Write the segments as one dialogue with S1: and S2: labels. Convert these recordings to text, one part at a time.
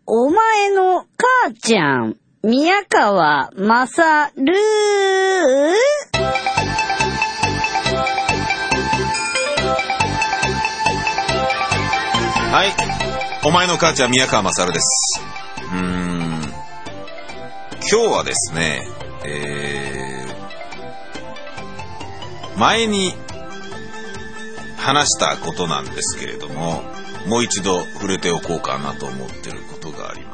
S1: お前の母ちゃん、宮川まさる。
S2: はい。お前の母ちゃん、宮川まさるです。今日はですね、前に話したことなんですけれども、もう一度触れておこうかなと思っていることがあります。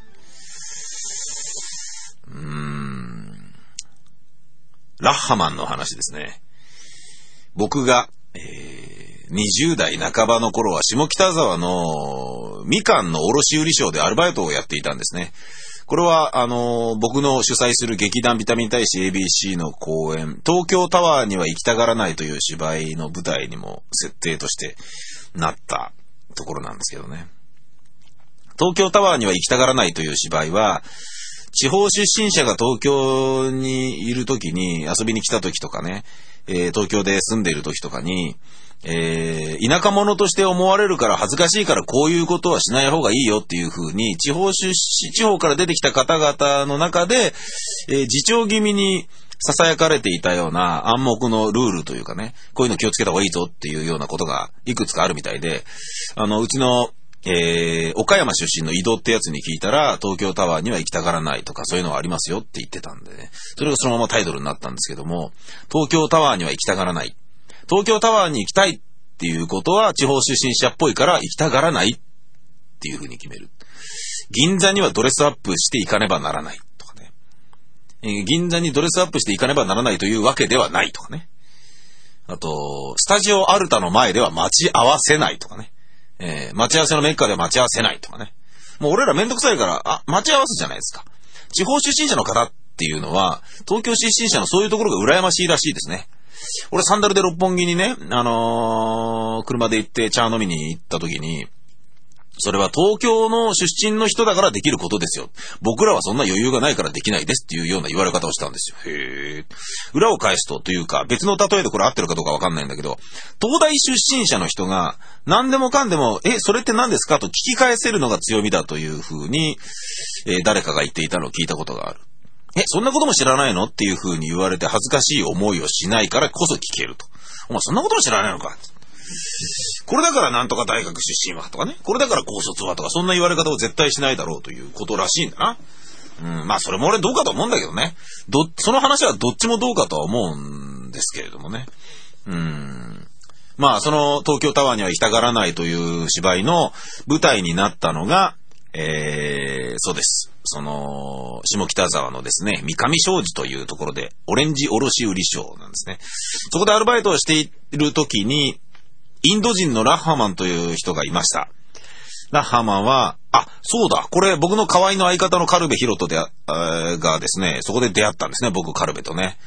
S2: ラッハマンの話ですね。僕が、20代半ばの頃は下北沢のみかんの卸売商でアルバイトをやっていたんですね。これは僕の主催する劇団ビタミン大使 ABC の公演、東京タワーには行きたがらないという芝居の舞台にも設定としてなったところなんですけどね。東京タワーには行きたがらないという芝居は、地方出身者が東京にいるときに、遊びに来たときとかね、東京で住んでいるときとかに、田舎者として思われるから恥ずかしいからこういうことはしない方がいいよっていう風に地方から出てきた方々の中で、自重気味に囁かれていたような暗黙のルールというかね、こういうの気をつけた方がいいぞっていうようなことがいくつかあるみたいで、うちの岡山出身の井戸ってやつに聞いたら、東京タワーには行きたがらないとかそういうのはありますよって言ってたんでね、それがそのままタイトルになったんですけども、東京タワーには行きたがらない、東京タワーに行きたいっていうことは地方出身者っぽいから行きたがらないっていう風に決める。銀座にはドレスアップして行かねばならないとかね、銀座にドレスアップして行かねばならないというわけではないとかね、あとスタジオアルタの前では待ち合わせないとかね、待ち合わせのメッカでは待ち合わせないとかね。もう俺らめんどくさいから待ち合わせじゃないですか。地方出身者の方っていうのは東京出身者のそういうところが羨ましいらしいですね。俺サンダルで六本木にね、車で行って茶飲みに行った時に、それは東京の出身の人だからできることですよ。僕らはそんな余裕がないからできないですっていうような言われ方をしたんですよ。へー。裏を返すというか、別の例えでこれ合ってるかどうかわかんないんだけど、東大出身者の人が何でもかんでも、それって何ですかと聞き返せるのが強みだというふうに、誰かが言っていたのを聞いたことがある。そんなことも知らないのっていう風に言われて恥ずかしい思いをしないからこそ聞けると。お前そんなことも知らないのか。これだからなんとか大学出身はとかね。これだから高卒はとか、そんな言われ方を絶対しないだろうということらしいんだな。まあそれも俺どうかと思うんだけどね。その話はどっちもどうかとは思うんですけれどもね。まあその東京タワーには行きたがらないという芝居の舞台になったのが、そうです。その下北沢のですね、三上商事というところでオレンジ卸売商なんですね。そこでアルバイトをしている時にインド人のラッハマンという人がいました。ラッハマンはそうだ、これ僕の可愛いの相方のカルベヒロトがですね、そこで出会ったんですね、僕カルベとね。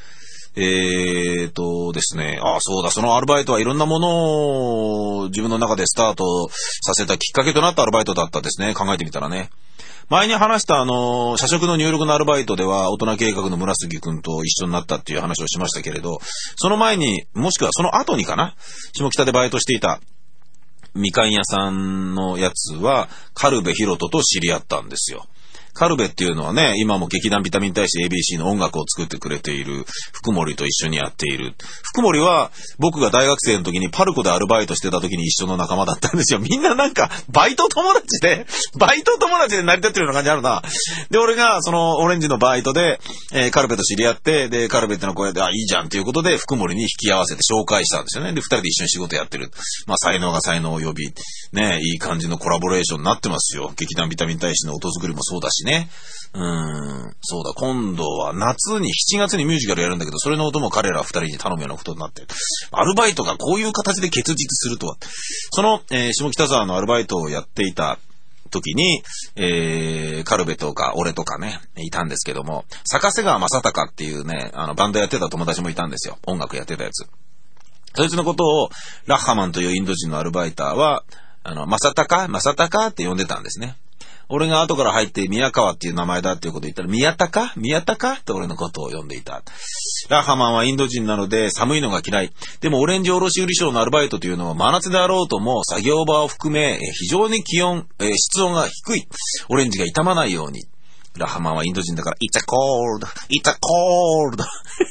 S2: ですね、そうだ、そのアルバイトはいろんなものを自分の中でスタートさせたきっかけとなったアルバイトだったですね。考えてみたらね。前に話した社食の入力のアルバイトでは大人計画の村杉くんと一緒になったっていう話をしましたけれど、その前に、もしくはその後にかな、下北でバイトしていたみかん屋さんのやつはカルベヒロトと知り合ったんですよ。カルベっていうのはね、今も劇団ビタミン大使 ABC の音楽を作ってくれている福森と一緒にやっている。福森は僕が大学生の時にパルコでアルバイトしてた時に一緒の仲間だったんですよ。みんななんかバイト友達で成り立ってるような感じあるな。で、俺がそのオレンジのバイトで、カルベと知り合って、で、カルベっての声で、いいじゃんということで福森に引き合わせて紹介したんですよね。で、二人で一緒に仕事やってる。まあ、才能が才能を呼び、ね、いい感じのコラボレーションになってますよ。劇団ビタミン大使の音作りもそうだしね。そうだ、今度は夏に7月にミュージカルやるんだけど、それの音も彼ら二人に頼むようなことになって、アルバイトがこういう形で結実するとは。その、下北沢のアルバイトをやっていた時に、カルベとか俺とかね、いたんですけども、坂瀬川正隆っていうね、バンドやってた友達もいたんですよ。音楽やってたやつ。そいつのことを、ラッハマンというインド人のアルバイターは、正隆って呼んでたんですね。俺が後から入って宮川っていう名前だっていうことを言ったら、宮高って俺のことを呼んでいた。 ラハマンはインド人なので寒いのが嫌い。でもオレンジ卸売商のアルバイトというのは真夏であろうとも作業場を含め非常に室温が低い。オレンジが傷まないように。ラハマンはインド人だからIt's a cold, It's a cold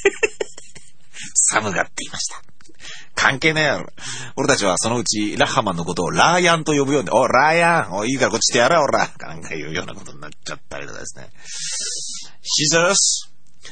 S2: 寒がっていました。関係ねえやろ。俺たちはそのうちラハマンのことをラーヤンと呼ぶように、おラーヤン、いいからこっち来てやれ、おら、なんかいうようなことになっちゃったりとかですね。シザース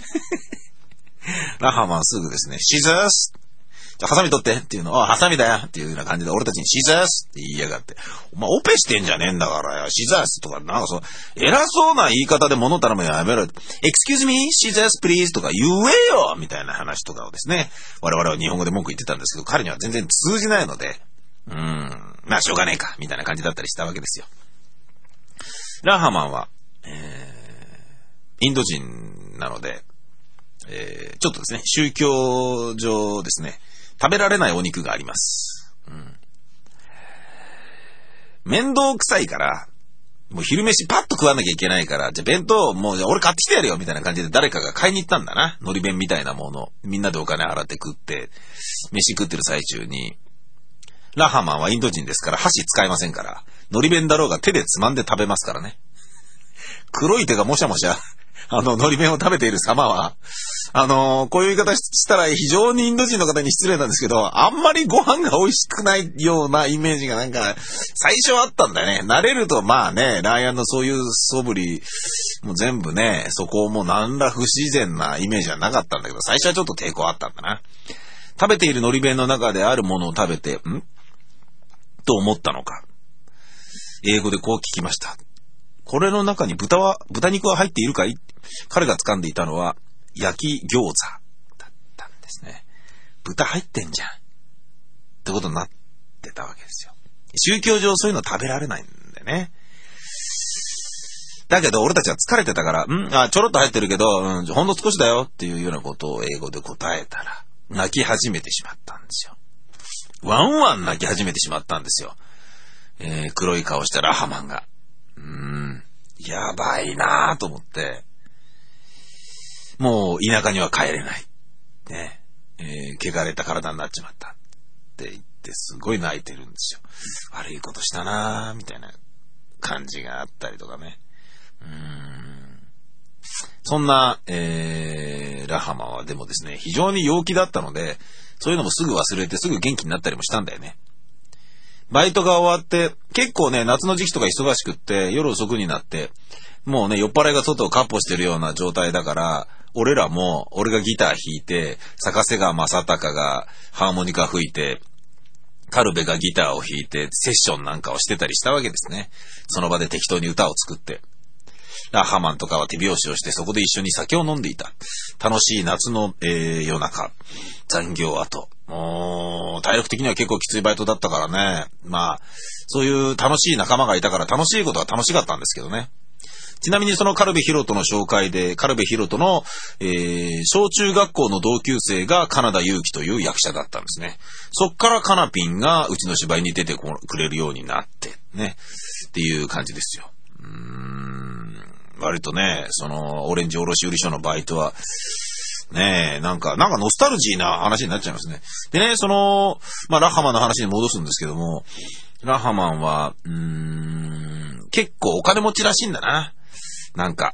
S2: ラハマンすぐですね、シザースじゃハサミ取ってっていうのを、ハサミだよっていうような感じで俺たちにシザースって言いやがって、お前オペしてんじゃねえんだからよ、シザースとかなんかそう偉そうな言い方で物頼むのやめろ。Excuse me, シザース please とか言えよみたいな話とかをですね、我々は日本語で文句言ってたんですけど、彼には全然通じないので、まあしょうがねえかみたいな感じだったりしたわけですよ。ラハマンは、インド人なので、ちょっとですね、宗教上ですね、食べられないお肉があります。面倒くさいから、もう昼飯パッと食わなきゃいけないから、じゃあ弁当もう俺買ってきてやるよみたいな感じで誰かが買いに行ったんだな。海苔弁みたいなもの。みんなでお金払って食って、飯食ってる最中に、ラハマンはインド人ですから箸使いませんから、海苔弁だろうが手でつまんで食べますからね。黒い手がもしゃもしゃ、海苔弁を食べている様は、こういう言い方したら非常にインド人の方に失礼なんですけど、あんまりご飯が美味しくないようなイメージがなんか、最初はあったんだよね。慣れるとまあね、ライアンのそういう素振り、もう全部ね、そこをもう何ら不自然なイメージはなかったんだけど、最初はちょっと抵抗あったんだな。食べている海苔弁の中であるものを食べて、と思ったのか。英語でこう聞きました。これの中に豚肉は入っているかい？彼が掴んでいたのは焼き餃子だったんですね。豚入ってんじゃんってことになってたわけですよ。宗教上そういうの食べられないんでね。だけど俺たちは疲れてたから、ちょろっと入ってるけど、ほんの少しだよっていうようなことを英語で答えたら泣き始めてしまったんですよ。ワンワン泣き始めてしまったんですよ。黒い顔したラハマンが。やばいなぁと思って、もう田舎には帰れない。ね。汚れた体になっちまったって言ってすごい泣いてるんですよ。悪いことしたなぁみたいな感じがあったりとかね。そんな、ラハマはでもですね、非常に陽気だったので、そういうのもすぐ忘れてすぐ元気になったりもしたんだよね。バイトが終わって、結構ね、夏の時期とか忙しくって、夜遅くになって、もうね、酔っ払いが外をカッポしてるような状態だから、俺がギター弾いて、坂瀬川正隆がハーモニカ吹いて、カルベがギターを弾いて、セッションなんかをしてたりしたわけですね。その場で適当に歌を作って。ラハマンとかは手拍子をしてそこで一緒に酒を飲んでいた。楽しい夏の、夜中。残業後。体力的には結構きついバイトだったからね。まあ、そういう楽しい仲間がいたから楽しいことは楽しかったんですけどね。ちなみにそのカルベヒロトの紹介で、カルベヒロトの、小中学校の同級生がカナダ勇気という役者だったんですね。そっからカナピンがうちの芝居に出てくれるようになって、ね。っていう感じですよ。割とね、その、オレンジ卸売所のバイトは、ねえ、なんかノスタルジーな話になっちゃいますね。でね、その、ラハマンの話に戻すんですけども、ラハマンは、結構お金持ちらしいんだな。なんか、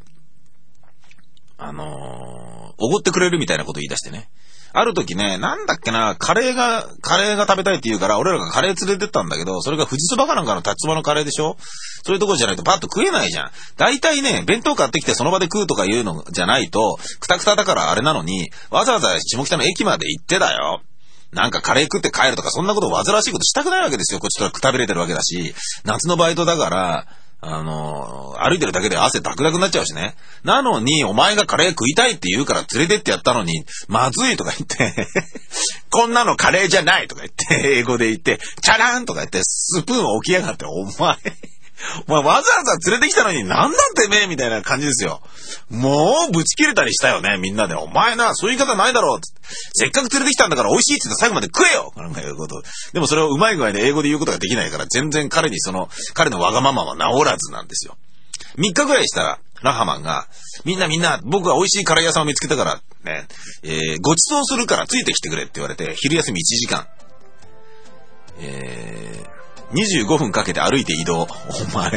S2: おごってくれるみたいなこと言い出してね。ある時ね、なんだっけな、カレーが食べたいって言うから、俺らがカレー連れてったんだけど、それが富士そばかなんかの立つばのカレーでしょ？そういうところじゃないとパッと食えないじゃん。大体ね、弁当買ってきてその場で食うとかいうのじゃないと、クタクタだからあれなのに、わざわざ下北の駅まで行ってだよ。なんかカレー食って帰るとか、そんなこと煩わしいことしたくないわけですよ。こっちとら食べれてるわけだし、夏のバイトだから、歩いてるだけで汗ダクダクになっちゃうしね。なのに、お前がカレー食いたいって言うから連れてってやったのに、まずいとか言って、こんなのカレーじゃないとか言って、英語で言って、チャランとか言って、スプーン置きやがって、お前わざわざ連れてきたのになんだてめえみたいな感じですよ。もうぶち切れたりしたよね、みんなで。お前な、そういう言い方ないだろう。せっかく連れてきたんだから美味しいって言って最後まで食えよなんかいうこと。でもそれをうまい具合で英語で言うことができないから、全然彼のわがままは治らずなんですよ。3日ぐらいしたら、 ラハマンが、みんな、僕は美味しいカレー屋さんを見つけたから、ね、ご馳走するからついてきてくれって言われて、昼休み1時間。25分かけて歩いて移動。お前。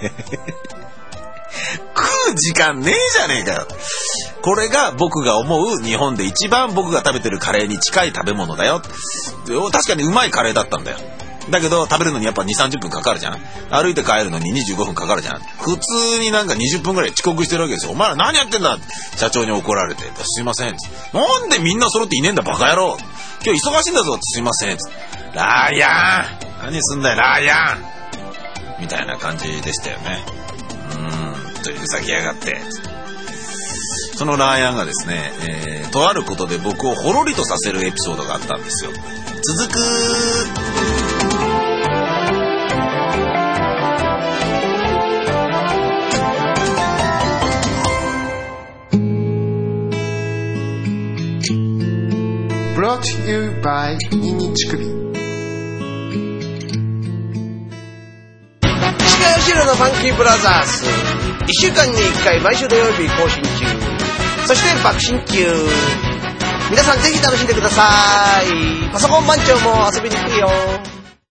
S2: 食う時間ねえじゃねえかよ。これが僕が思う日本で一番僕が食べてるカレーに近い食べ物だよ。確かにうまいカレーだったんだよ。だけど食べるのにやっぱ 2,30 分かかるじゃん。歩いて帰るのに25分かかるじゃん。普通になんか20分くらい遅刻してるわけですよ。お前ら何やってんだ社長に怒られて。すいません。なんでみんな揃っていねえんだバカ野郎。今日忙しいんだぞ。すいません。ラーヤン何すんだよラーヤンみたいな感じでしたよね。というふざけやがって。そのラーヤンがですね、とあることで僕をほろりとさせるエピソードがあったんですよ。続く。
S3: Brought to you by ニンニン乳首。
S4: 石川義郎のファンキーブラザーズ。1週間に1回毎週土曜日更新中。そして爆心中。皆さんぜひ楽しんでください。パソコン番長も遊びに来るよ。